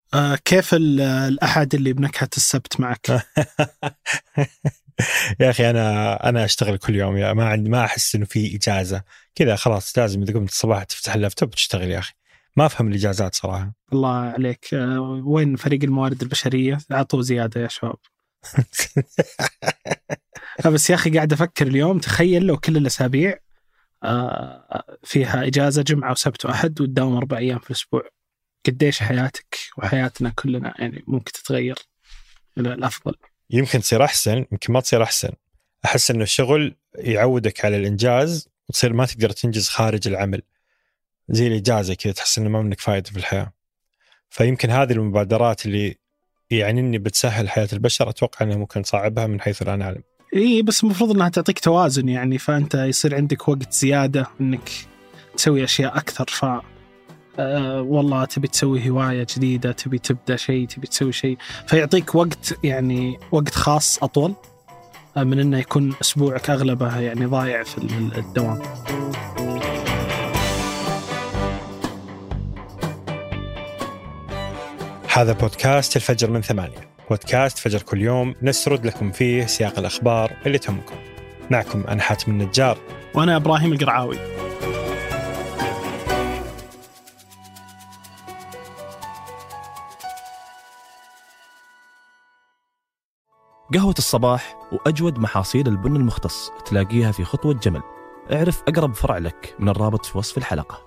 كيف الأحد اللي بنكهة السبت معك؟ يا أخي أنا أشتغل كل يوم، يا ما أحس إنه في إجازة كذا، خلاص لازم إذا قمت الصباح تفتح اللابتوب وتشتغل. يا أخي ما أفهم الإجازات صراحة. الله عليك. وين فريق الموارد البشرية؟ عطوا زيادة يا شباب. بس يا أخي قاعد أفكر اليوم، تخيل لو كل الأسابيع فيها إجازة جمعة وسبت وأحد وتداوم 4 أيام في الأسبوع، قديش حياتك وحياتنا كلنا يعني ممكن تتغير إلى الأفضل. يمكن تصير أحسن، يمكن ما تصير أحسن. أحس إنه الشغل يعودك على الإنجاز وتصير ما تقدر تنجز خارج العمل، زي الإجازة كذا تحس إنه ما منك فائدة في الحياة. فيمكن هذه المبادرات اللي يعني إني بتسهل حياة البشر أتوقع أنها ممكن تصعبها من حيث لا نعلم. إيه بس المفروض أنها تعطيك توازن يعني، فأنت يصير عندك وقت زيادة إنك تسوي أشياء أكثر. والله تبي تسوي هواية جديدة، تبي تبدأ شيء، تبي تسوي شيء، فيعطيك وقت يعني وقت خاص أطول من أنه يكون أسبوعك أغلبها يعني ضايع في الدوام. هذا بودكاست الفجر من 8، بودكاست فجر كل يوم نسرد لكم فيه سياق الأخبار اللي تهمكم. معكم أنا حاتم النجار وأنا إبراهيم القرعاوي. قهوة الصباح وأجود محاصيل البن المختص تلاقيها في خطوة جمل. اعرف أقرب فرع لك من الرابط في وصف الحلقة.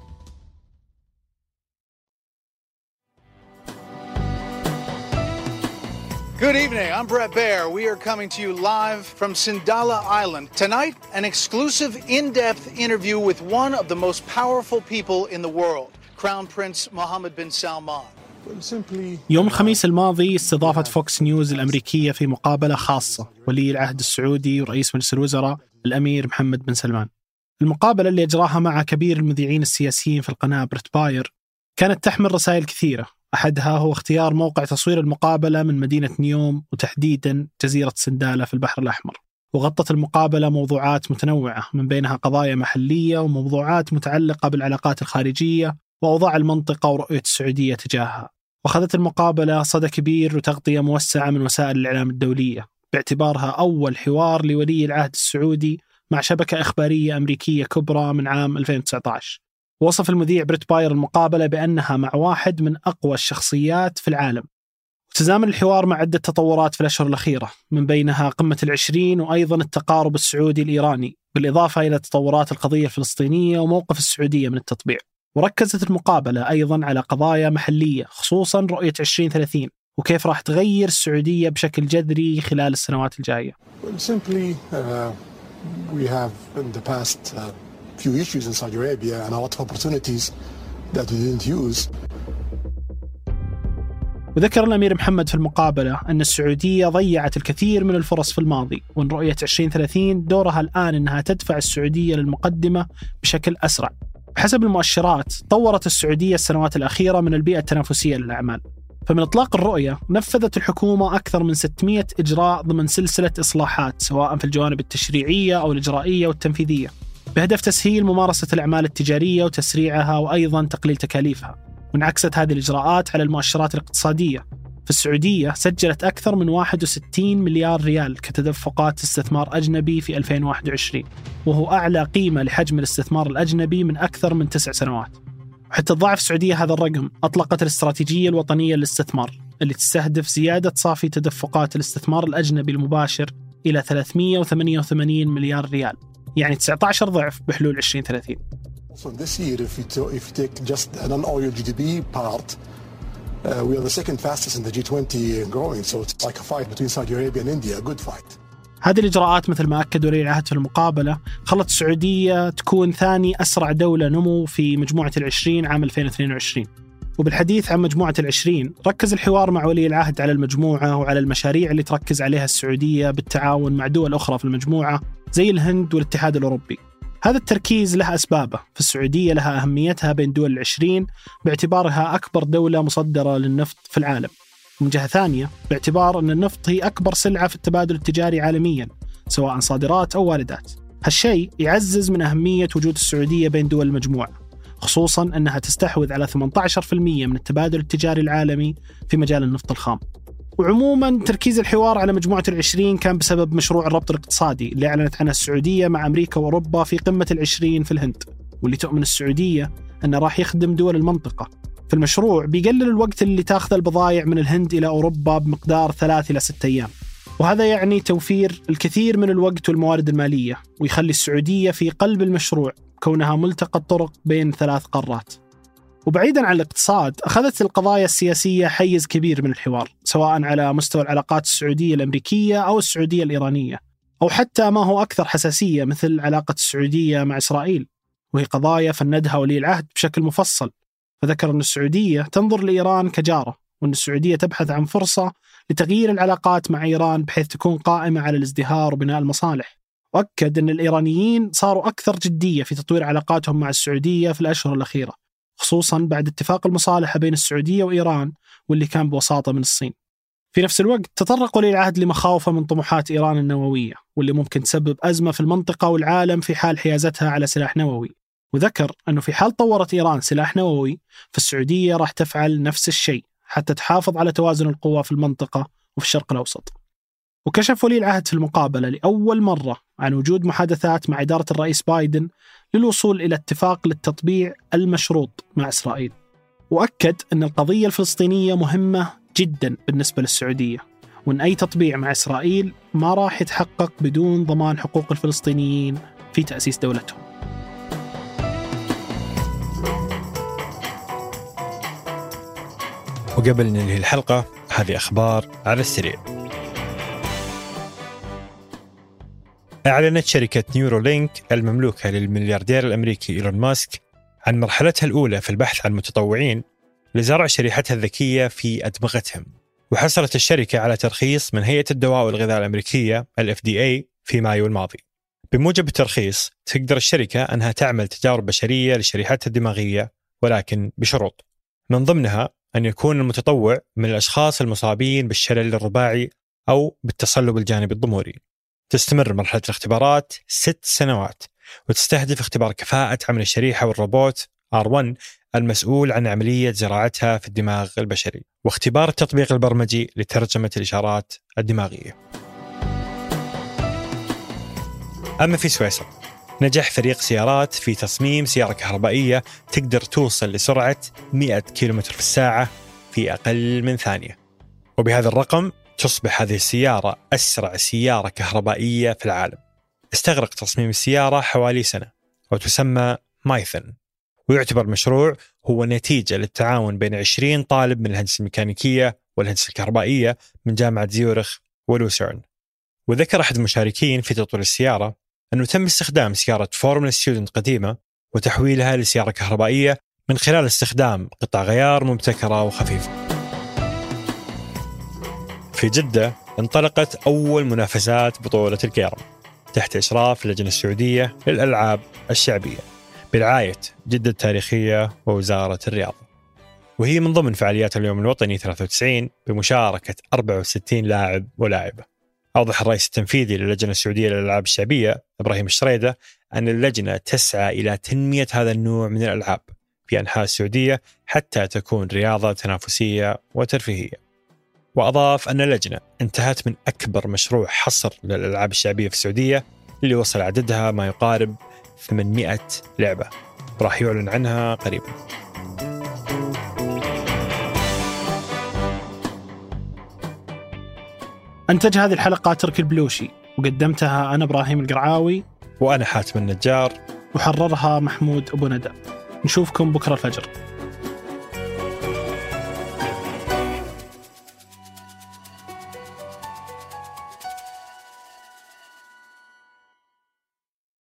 Good evening, I'm Brett Baer. We are coming to you live from Sindala Island. Tonight, an exclusive in-depth interview with one of the most powerful people in the world, Crown Prince Mohammed bin Salman. يوم الخميس الماضي استضافت فوكس نيوز الأمريكية في مقابلة خاصة ولي العهد السعودي ورئيس مجلس الوزراء الأمير محمد بن سلمان. المقابلة اللي أجراها مع كبير المذيعين السياسيين في القناة بريت باير كانت تحمل رسائل كثيرة. أحدها هو اختيار موقع تصوير المقابلة من مدينة نيوم وتحديدا جزيرة سندالة في البحر الأحمر. وغطت المقابلة موضوعات متنوعة من بينها قضايا محلية وموضوعات متعلقة بالعلاقات الخارجية وأوضاع المنطقة ورؤية السعودية تجاهها. وأخذت المقابلة صدى كبير وتغطية موسعة من وسائل الإعلام الدولية باعتبارها أول حوار لولي العهد السعودي مع شبكة إخبارية أمريكية كبرى من عام 2019. وصف المذيع بريت باير المقابلة بأنها مع واحد من أقوى الشخصيات في العالم. وتزامن الحوار مع عدة تطورات في الأشهر الأخيرة من بينها قمة ال20 وأيضا التقارب السعودي الإيراني، بالإضافة إلى تطورات القضية الفلسطينية وموقف السعودية من التطبيع. وركزت المقابلة أيضا على قضايا محلية خصوصا رؤية 2030 وكيف راح تغير السعودية بشكل جذري خلال السنوات الجاية. We have in the past few issues in Saudi Arabia and a lot of opportunities that we didn't use. وذكر الأمير محمد في المقابلة أن السعودية ضيعت الكثير من الفرص في الماضي، وأن رؤية 2030 دورها الآن أنها تدفع السعودية للمقدمة بشكل أسرع. بحسب المؤشرات طورت السعودية السنوات الأخيرة من البيئة التنافسية للأعمال. فمن إطلاق الرؤية نفذت الحكومة أكثر من 600 إجراء ضمن سلسلة إصلاحات سواء في الجوانب التشريعية أو الإجرائية والتنفيذية بهدف تسهيل ممارسة الأعمال التجارية وتسريعها وأيضا تقليل تكاليفها. وانعكست هذه الإجراءات على المؤشرات الاقتصادية. فالسعودية سجلت أكثر من 61 مليار ريال كتدفقات استثمار أجنبي في 2021، وهو أعلى قيمة لحجم الاستثمار الأجنبي من أكثر من 9 سنوات. وحتى تضاعف السعودية هذا الرقم أطلقت الاستراتيجية الوطنية للاستثمار اللي تستهدف زيادة صافي تدفقات الاستثمار الأجنبي المباشر إلى 388 مليار ريال، يعني 19 ضعف بحلول 2030. So this year, if you take just an non-oil GDP part, we are the second fastest in the G20 growing. So it's like a fight between Saudi Arabia and India, a good fight. هذه الإجراءات مثل ما أكد ولي العهد في المقابلة خلت السعودية تكون ثاني أسرع دولة نمو في مجموعة 20 عام 2022. وبالحديث عن مجموعة 20 ركز الحوار مع ولي العهد على المجموعة وعلى المشاريع اللي تركز عليها السعودية بالتعاون مع دول أخرى في المجموعة زي الهند والاتحاد الأوروبي. هذا التركيز له أسبابه. في السعودية لها أهميتها بين دول 20 باعتبارها أكبر دولة مصدرة للنفط في العالم، ومن جهة ثانية باعتبار أن النفط هي أكبر سلعة في التبادل التجاري عالميا سواء صادرات أو واردات. هالشيء يعزز من أهمية وجود السعودية بين دول المجموعة، خصوصاً أنها تستحوذ على 18% من التبادل التجاري العالمي في مجال النفط الخام. وعموماً تركيز الحوار على مجموعة 20 كان بسبب مشروع الربط الاقتصادي اللي أعلنت عنه السعودية مع أمريكا وأوروبا في قمة 20 في الهند، واللي تؤمن السعودية أنه راح يخدم دول المنطقة. في المشروع بيقلل الوقت اللي تاخذ البضائع من الهند إلى أوروبا بمقدار 3 إلى 6 أيام، وهذا يعني توفير الكثير من الوقت والموارد المالية، ويخلي السعودية في قلب المشروع كونها ملتقى الطرق بين 3 قارات. وبعيداً عن الاقتصاد، أخذت القضايا السياسية حيز كبير من الحوار، سواء على مستوى العلاقات السعودية الأمريكية أو السعودية الإيرانية، أو حتى ما هو أكثر حساسية مثل علاقة السعودية مع إسرائيل، وهي قضايا فندها ولي العهد بشكل مفصل. فذكر أن السعودية تنظر لإيران كجارة، وأن السعودية تبحث عن فرصة لتغيير العلاقات مع إيران بحيث تكون قائمة على الازدهار وبناء المصالح. وأكد أن الإيرانيين صاروا أكثر جدية في تطوير علاقاتهم مع السعودية في الأشهر الأخيرة، خصوصاً بعد اتفاق المصالحة بين السعودية وإيران واللي كان بوساطة من الصين. في نفس الوقت تطرق ولي العهد لمخاوفه من طموحات إيران النووية، واللي ممكن تسبب أزمة في المنطقة والعالم في حال حيازتها على سلاح نووي. وذكر أنه في حال طورت إيران سلاح نووي فالسعودية راح تفعل نفس الشيء حتى تحافظ على توازن القوى في المنطقة وفي الشرق الأوسط. وكشف ولي العهد في المقابلة لأول مرة عن وجود محادثات مع إدارة الرئيس بايدن للوصول إلى اتفاق للتطبيع المشروط مع إسرائيل، وأكد أن القضية الفلسطينية مهمة جدا بالنسبة للسعودية، وأن أي تطبيع مع إسرائيل ما راح يتحقق بدون ضمان حقوق الفلسطينيين في تأسيس دولتهم. وقبل ننهي الحلقة هذه أخبار على السريع. أعلنت شركة نيورولينك المملوكة للملياردير الأمريكي إيلون ماسك عن مرحلتها الأولى في البحث عن متطوعين لزرع شريحتها الذكية في أدمغتهم. وحصلت الشركة على ترخيص من هيئة الدواء والغذاء الأمريكية FDA في مايو الماضي. بموجب الترخيص تقدر الشركة أنها تعمل تجارب بشرية لشريحتها الدماغية، ولكن بشروط، من ضمنها أن يكون المتطوع من الأشخاص المصابين بالشلل الرباعي أو بالتصلب الجانبي الضموري. تستمر مرحلة الاختبارات 6 سنوات، وتستهدف اختبار كفاءة عمل الشريحة والروبوت R1 المسؤول عن عملية زراعتها في الدماغ البشري، واختبار التطبيق البرمجي لترجمة الإشارات الدماغية. أما في سويسرا، نجح فريق سيارات في تصميم سيارة كهربائية تقدر توصل لسرعة 100 كيلومتر في الساعة في أقل من ثانية، وبهذا الرقم تصبح هذه السيارة أسرع سيارة كهربائية في العالم. استغرق تصميم السيارة حوالي سنة، وتسمى مايثن، ويعتبر المشروع هو نتيجة للتعاون بين 20 طالب من الهندسة الميكانيكية والهندسة الكهربائية من جامعة زيورخ ولوسيرن. وذكر أحد المشاركين في تطوير السيارة أنه تم استخدام سيارة فورمولا ستودنت قديمة وتحويلها لسيارة كهربائية من خلال استخدام قطع غيار مبتكرة وخفيفة. في جدة انطلقت أول منافسات بطولة الكيرم تحت إشراف اللجنة السعودية للألعاب الشعبية برعاية جدة التاريخية ووزارة الرياضة، وهي من ضمن فعاليات اليوم الوطني 93 بمشاركة 64 لاعب ولاعبة. أوضح الرئيس التنفيذي للجنة السعودية للألعاب الشعبية إبراهيم الشريدة أن اللجنة تسعى إلى تنمية هذا النوع من الألعاب في أنحاء السعودية حتى تكون رياضة تنافسية وترفيهية. وأضاف أن اللجنة انتهت من أكبر مشروع حصر للألعاب الشعبية في السعودية اللي وصل عددها ما يقارب 800 لعبة، راح يعلن عنها قريبا. أنتج هذه الحلقة تركي البلوشي، وقدمتها أنا إبراهيم القرعاوي، وأنا حاتم النجار، وحررها محمود أبو ندى. نشوفكم بكرة الفجر.